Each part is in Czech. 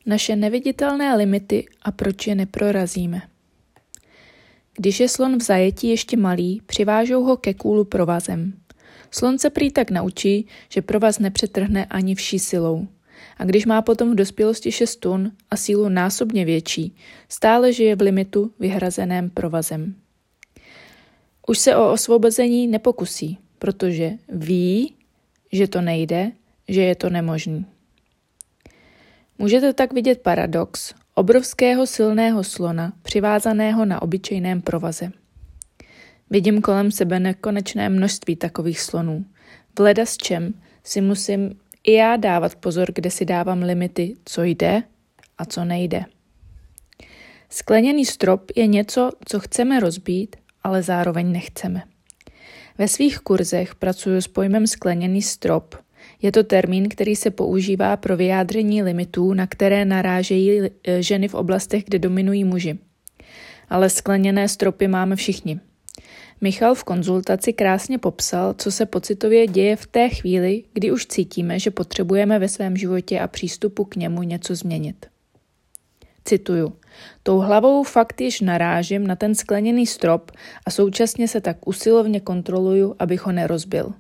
Naše neviditelné limity a proč je neprorazíme. Když je slon v zajetí ještě malý, přivážou ho ke kůlu provazem. Slon se prý tak naučí, že provaz nepřetrhne ani vší silou. A když má potom v dospělosti 6 tun a sílu násobně větší, stále žije v limitu vyhrazeném provazem. Už se o osvobození nepokusí, protože ví, že to nejde, že je to nemožný. Můžete tak vidět paradox obrovského silného slona přivázaného na obyčejném provaze. Vidím kolem sebe nekonečné množství takových slonů. Vleda s čem si musím i já dávat pozor, kde si dávám limity, co jde a co nejde. Skleněný strop je něco, co chceme rozbít, ale zároveň nechceme. Ve svých kurzech pracuji s pojmem skleněný strop. Je to termín, který se používá pro vyjádření limitů, na které narážejí ženy v oblastech, kde dominují muži. Ale skleněné stropy máme všichni. Michal v konzultaci krásně popsal, co se pocitově děje v té chvíli, kdy už cítíme, že potřebujeme ve svém životě a přístupu k němu něco změnit. Cituju. Tou hlavou fakt již narážím na ten skleněný strop a současně se tak usilovně kontroluju, abych ho nerozbil.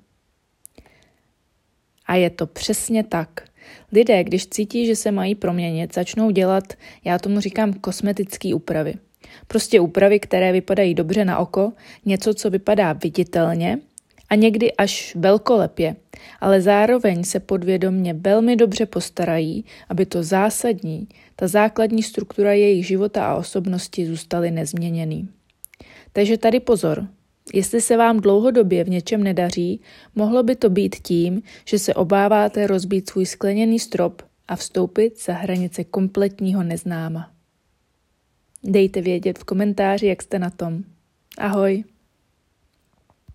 A je to přesně tak. Lidé, když cítí, že se mají proměnit, začnou dělat, já tomu říkám, kosmetické úpravy. Prostě úpravy, které vypadají dobře na oko, něco, co vypadá viditelně a někdy až velkolepě, ale zároveň se podvědomě velmi dobře postarají, aby to zásadní, ta základní struktura jejich života a osobnosti zůstaly nezměněný. Takže tady pozor. Jestli se vám dlouhodobě v něčem nedaří, mohlo by to být tím, že se obáváte rozbít svůj skleněný strop a vstoupit za hranice kompletního neznáma. Dejte vědět v komentáři, jak jste na tom. Ahoj!